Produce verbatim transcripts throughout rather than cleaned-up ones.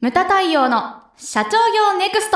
ムタ太陽の社長業ネクスト。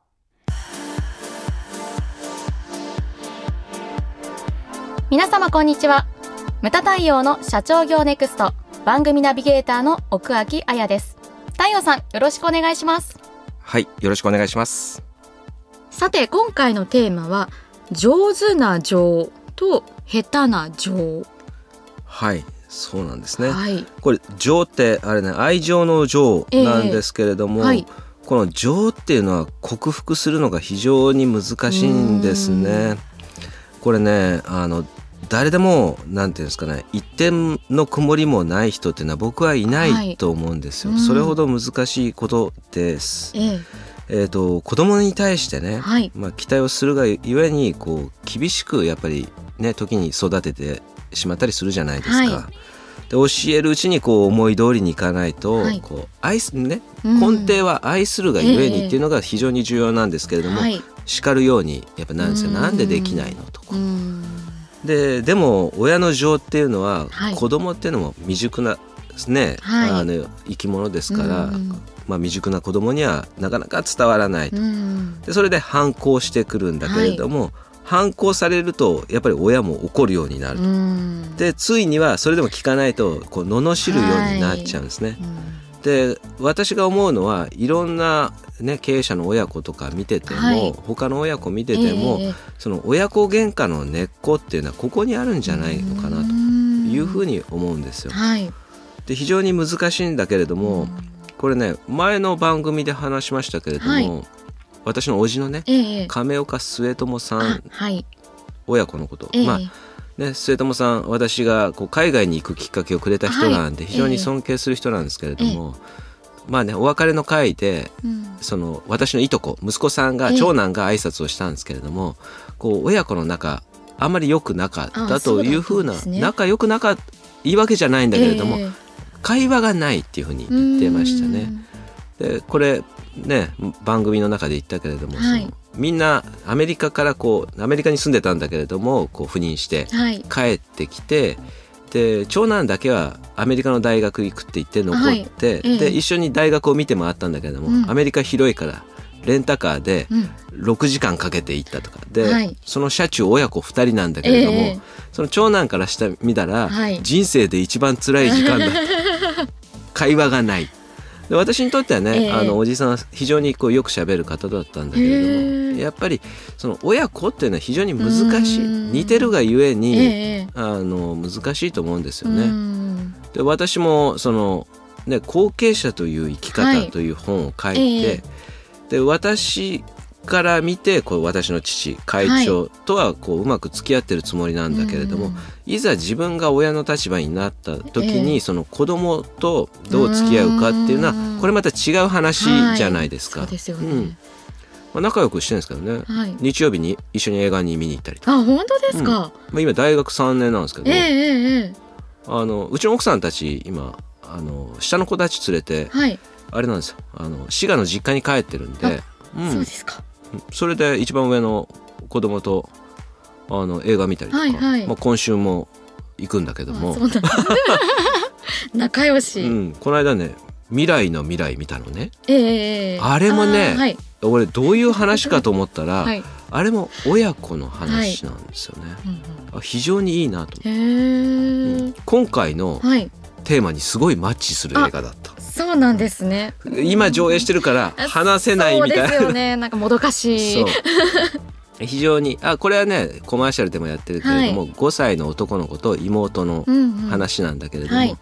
皆様こんにちは。ムタ太陽の社長業ネクスト番組ナビゲーターの奥脇彩です。太陽さん、よろしくお願いします。 はい、よろしくお願いします。 さて、今回のテーマは上手な情と下手な情。 はい、そうなんですね、 はい、 これ情ってあれね、愛情の情なんですけれども、えーはい、この情っていうのは克服するのが非常に難しいんですね。これね、あの誰でもなんていうんですかね、一点の曇りもない人っていうのは僕はいないと思うんですよ、はい、それほど難しいことです、えーえー、と子供に対してね、はい、まあ、期待をするがゆえにこう厳しくやっぱりね、時に育ててしまったりするじゃないですか、はい、で教えるうちにこう思い通りにいかないと、はい、こう愛す、ね、根底は愛するがゆえにっていうのが非常に重要なんですけれども、えー、叱るようにやっぱなんですよ、なんでできないのとかで、でも親の情っていうのは、はい、子供っていうのも未熟な、ね、はい、あの生き物ですから、まあ、未熟な子供にはなかなか伝わらないと。でそれで反抗してくるんだけれども、はい、反抗されるとやっぱり親も怒るようになると。でついにはそれでも聞かないとこう罵るようになっちゃうんですね、はい、で私が思うのはいろんな、ね、経営者の親子とか見てても、はい、他の親子見てても、えー、その親子喧嘩の根っこっていうのはここにあるんじゃないのかなというふうに思うんですよ、はい、で非常に難しいんだけれども、これね前の番組で話しましたけれども、はい、私の叔父のね、えー、亀岡末友さん、はい、親子のこと、えーまあね、末友さん、私がこう海外に行くきっかけをくれた人なんで、はい、非常に尊敬する人なんですけれども、えーまあね、お別れの会で、うん、その私のいとこ息子さんが、えー、長男が挨拶をしたんですけれども、こう親子の仲あんまり良くなかったというふうな、ね、仲良くなかったいいわけじゃないんだけれども、えー、会話がないっていうふうに言ってましたね。でこれね番組の中で言ったけれども、はい、そのみんなアメリカからこうアメリカに住んでたんだけれどもこう赴任して帰ってきて、はい、で長男だけはアメリカの大学行くって言って残って、はい、で一緒に大学を見て回ったんだけれども、うん、アメリカ広いからレンタカーでろくじかんかけて行ったとかで、はい、その車中親子ふたりなんだけれども、えー、その長男からしてみたら、はい、人生で一番辛い時間だった会話がない。で私にとってはね、えー、あのおじさんは非常にこうよく喋る方だったんだけれども、えー、やっぱりその親子っていうのは非常に難しい、似てるがゆえに、えー、あの難しいと思うんですよね。で私もその、ね、後継者という生き方という本を書いて、はいえー、で私から見てこう私の父会長とはこううまく付き合ってるつもりなんだけれども、はい、いざ自分が親の立場になった時に、えー、その子供とどう付き合うかっていうのはこれまた違う話じゃないですか、はい、そうですよね、うんまあ、仲良くしてるんですけどね、はい、日曜日に一緒に映画に見に行ったりとか。 あ本当ですか、うんまあ、 今大学さんねんなんですけど、 えーえー、 あのうちの奥さんたち今あの下の子たち連れて、はい、あれなんですよ、あの滋賀の実家に帰ってるんで、うん、 そうですか。 それで一番上の子供とあの映画見たりとか、はいはいまあ、今週も行くんだけども、そうなん仲良し、 うん、この間ね未来の未来見たのね、 えー、 あれもね、はい、俺どういう話かと思ったら、はい、あれも親子の話なんですよね、はいうんうん、非常にいいなと思って、うん、今回のテーマにすごいマッチする映画だった。 そうなんですね。 今上映してるから話せないみたいな。 そうですよね。なんかもどかしい。そう非常にあこれはねコマーシャルでもやってるけれども、はい、ごさいの男の子と妹の話なんだけれども、うんうんはい、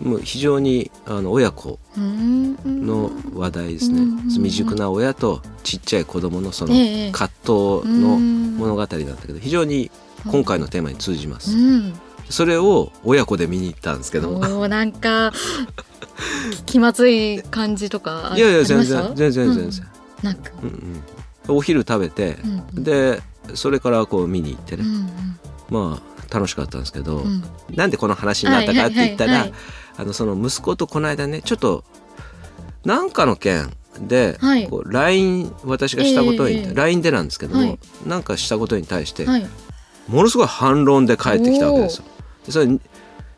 もう非常にあの親子の話題ですね、うんうんうん、未熟な親とちっちゃい子供のその葛藤の物語なんだけど非常に今回のテーマに通じます、うん、それを親子で見に行ったんですけどおなんか気まずい感じとかありました？いやいや全然全然全然、 うん、なんか、 うんうん、お昼食べて、うんうん、でそれからこう見に行ってね、うんうん、まあ楽しかったんですけど、うん、なんでこの話になったかって言ったら、はいはいはいはい、あのその息子とこの間ねちょっとなんかの件で、はい、こう ライン 私がしたことに、えー、ライン でなんですけども、はい、なんかしたことに対して、はい、ものすごい反論で返ってきたわけですよ。でそれ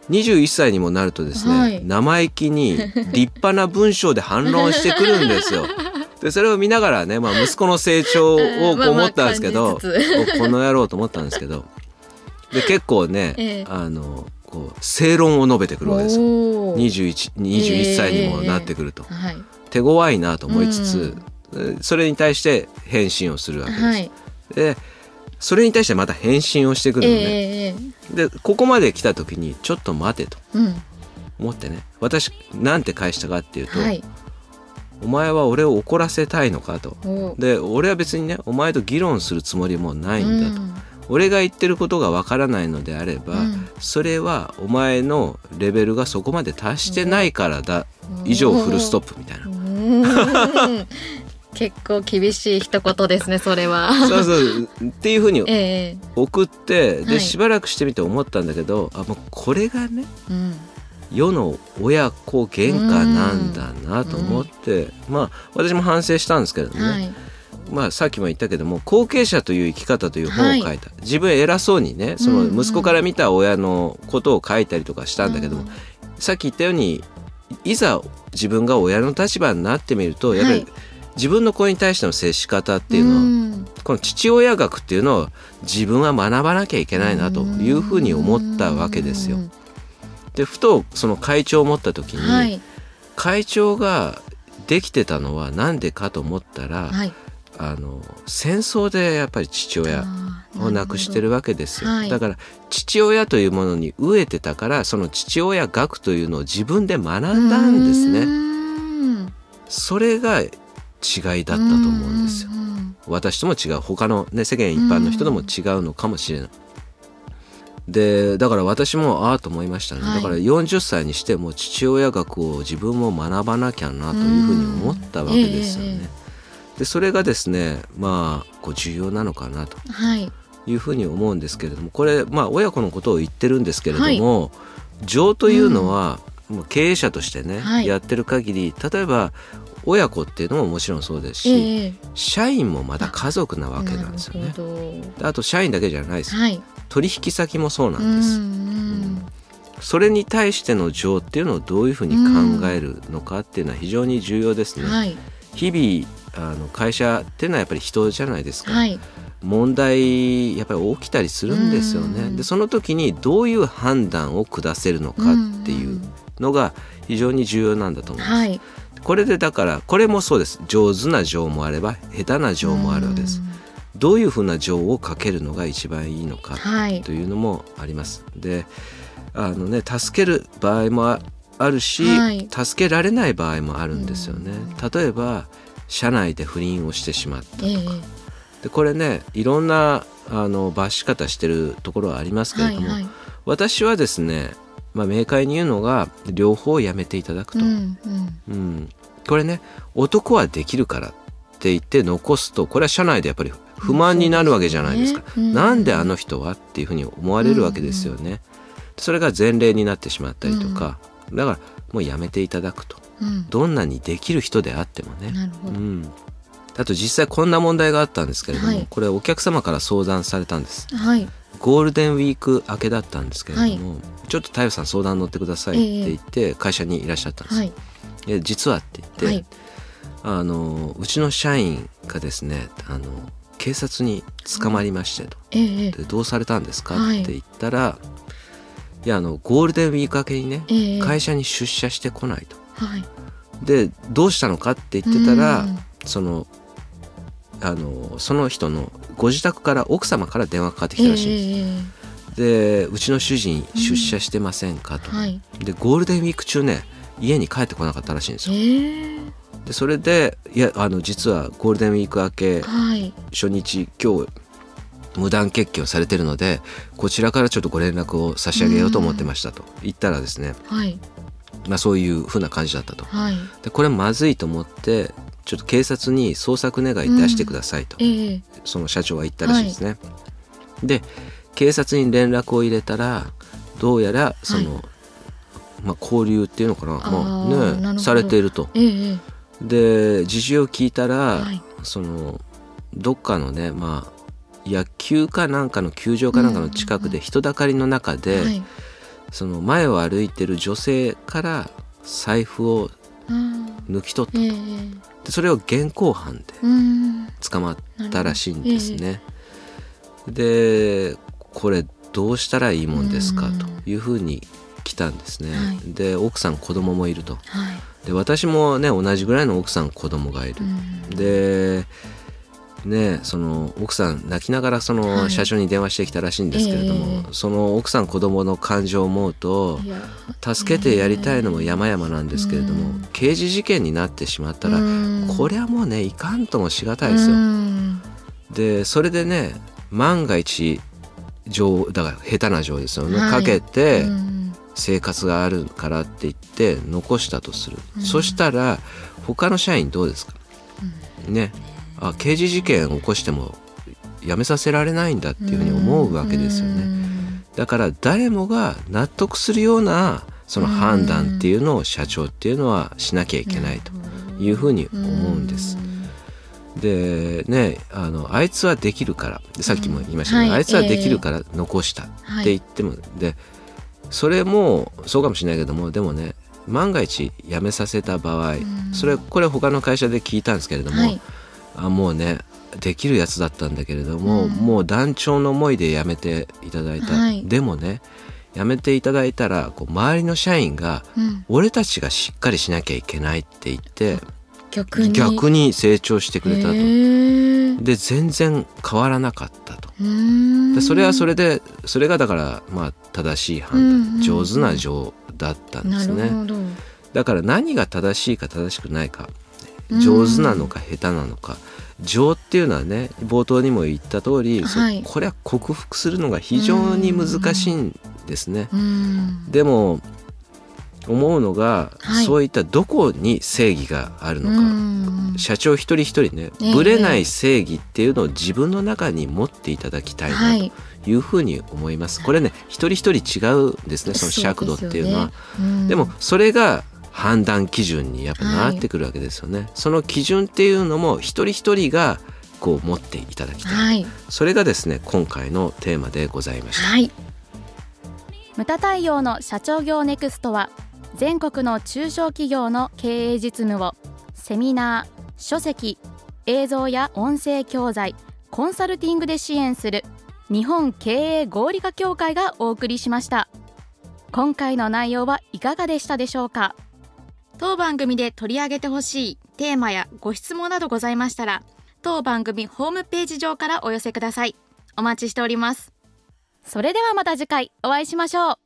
にじゅういっさいにもなるとですね、はい、生意気に立派な文章で反論してくるんですよ。でそれを見ながらね、まあ、息子の成長をこう思ったんですけど、まあまあこの野郎と思ったんですけど、で結構ね、ええ、あのこう正論を述べてくるわけですよ。にじゅういち、にじゅういっさいにもなってくると、えーはい、手強いなと思いつつ、うん、それに対して返信をするわけです、はい、でそれに対してまた返信をしてくるのね、えー、でここまで来た時にちょっと待てと思ってね、私なんて返したかっていうと、はい、お前は俺を怒らせたいのかと。で俺は別にねお前と議論するつもりもないんだと、うん、俺が言ってることがわからないのであれば、うん、それはお前のレベルがそこまで達してないからだ、以上フルストップみたいな。 結構厳しい一言ですね、それは。 そうそうっていうふうに送って、えー、でしばらくしてみて思ったんだけど、はい、あもうこれがね、うん、世の親子喧嘩なんだなと思って、うん、まあ私も反省したんですけどね、はい、まあ、さっきも言ったけども後継者という生き方という本を書いた、はい、自分偉そうにねその息子から見た親のことを書いたりとかしたんだけども、うんうん、さっき言ったようにいざ自分が親の立場になってみるとやっぱり、はい、自分の子に対しての接し方っていうのは、うん、この父親学っていうのを自分は学ばなきゃいけないなというふうに思ったわけですよ。でふとその会長を持った時に、はい、会長ができてたのはなんでかと思ったら、はい、あの戦争でやっぱり父親を亡くしてるわけですよ、はい、だから父親というものに飢えてたからその父親学というのを自分で学んだんですね。それが違いだったと思うんですよ。私とも違う他の、ね、世間一般の人とも違うのかもしれない。でだから私もああと思いましたね、はい、だからよんじゅっさいにしても父親学を自分も学ばなきゃなというふうに思ったわけですよね、えー、でそれがですねまあこう重要なのかなというふうに思うんですけれども、これまあ親子のことを言ってるんですけれども、はい、情というのは、うん、もう経営者としてね、はい、やってる限り例えば親子っていうのももちろんそうですし、えー、社員もまた家族なわけなんですよね。 あ, あと社員だけじゃないです、はい、取引先もそうなんです、うんうん、それに対しての情っていうのをどういうふうに考えるのかっていうのは非常に重要ですね、うんはい、日々あの会社っていうのはやっぱり人じゃないですか、はい、問題やっぱり起きたりするんですよね、うん、でその時にどういう判断を下せるのかっていうのが非常に重要なんだと思います、はい、これでだからこれもそうです。上手な情もあれば下手な情もあるわけです。どういうふうな情をかけるのが一番いいのかというのもあります、はい、であのね助ける場合もあるし、はい、助けられない場合もあるんですよね。例えば社内で不倫をしてしまったとか、えー、でこれねいろんなあの罰し方してるところはありますけれども、はいはい、私はですねまあ、明快に言うのが両方やめていただくと、うんうんうん、これね男はできるからって言って残すとこれは社内でやっぱり不満になるわけじゃないですか、うん、なんであの人はっていうふうに思われるわけですよね、うんうん、それが前例になってしまったりとか、うん、だからもうやめていただくと、うん、どんなにできる人であってもね。なるほど、うん、あと実際こんな問題があったんですけれども、はい、これお客様から相談されたんです、はい、ゴールデンウィーク明けだったんですけれども、はい、ちょっと太陽さん相談乗ってくださいって言って会社にいらっしゃったんです、はい、で実はって言って、はい、あのうちの社員がですねあの警察に捕まりましてと、うん、でどうされたんですか、はい、って言ったらいやあのゴールデンウィーク明けにね、えー、会社に出社してこないと、はい、でどうしたのかって言ってたら、うん、そのあのその人のご自宅から奥様から電話がかかってきたらしいんです、えー、でうちの主人出社してませんかと、うんはい、でゴールデンウィーク中ね家に帰ってこなかったらしいんですよ、えー、でそれでいやあの実はゴールデンウィーク明け、はい、初日今日無断欠勤をされているのでこちらからちょっとご連絡を差し上げようと思ってましたと言ったらですね、はいまあ、そういうふうな感じだったと、はい、でこれまずいと思ってちょっと警察に捜索願い出してくださいと、うんえー、その社長は言ったらしいですね、はい、で警察に連絡を入れたらどうやらその、はいまあ、交流っていうのかな、まあね、されていると、えー、で事情を聞いたら、はい、そのどっかのね、まあ、野球かなんかの球場かなんかの近くで人だかりの中で、はい、 その前を歩いてる女性から財布を抜き取ったと、えー、でそれを現行犯で捕まったらしいんですね、えー、でこれどうしたらいいもんですかというふうに来たんですね、はい、で奥さん子供もいると、はい、で私もね同じぐらいの奥さん子供がいる、でね、その奥さん泣きながらその社長に電話してきたらしいんですけれども、はいえー、その奥さん子供の感情を思うと助けてやりたいのも山々なんですけれども、えー、刑事事件になってしまったらこれはもうねいかんともしがたいですよ。でそれでね万が一情だから下手な情ですよね、はい、かけて生活があるからって言って残したとする、そしたら他の社員どうですか、ね、あ刑事事件を起こしてもやめさせられないんだっていうふうに思うわけですよね。だから誰もが納得するようなその判断っていうのを社長っていうのはしなきゃいけないというふうに思うんです。でね、あのあいつはできるからさっきも言いましたけど、はい、あいつはできるから残したって言っても、はい、でそれもそうかもしれないけども、でもね万が一辞めさせた場合、それこれ他の会社で聞いたんですけれども、はい、あもうねできるやつだったんだけれども、うん、もう断腸の思いで辞めていただいた、はい、でもね辞めていただいたらこう周りの社員が、うん、俺たちがしっかりしなきゃいけないって言って逆に、逆に成長してくれたと。で全然変わらなかったと。でそれはそれでそれがだからまあ正しい判断、うんうん、上手な情だったんですね。なるほど。だから何が正しいか正しくないか、上手なのか下手なのか、情っていうのはね冒頭にも言った通り、はい、これは克服するのが非常に難しいんですね。でも思うのが、はい、そういったどこに正義があるのか、社長一人一人ね、ぶれない正義っていうのを自分の中に持っていただきたいなというふうに思います。これね一人一人違うんですね、その尺度っていうのは。でもそれが判断基準にやっぱなってくるわけですよね、はい、その基準っていうのも一人一人がこう持っていただきたい、はい、それがですね今回のテーマでございました、はい、 ムタ太陽の社長業ネクストは全国の中小企業の経営実務をセミナー、書籍、映像や音声教材、コンサルティングで支援する日本経営合理化協会がお送りしました。今回の内容はいかがでしたでしょうか。当番組で取り上げてほしいテーマやご質問などございましたら、当番組ホームページ上からお寄せください。お待ちしております。それではまた次回お会いしましょう。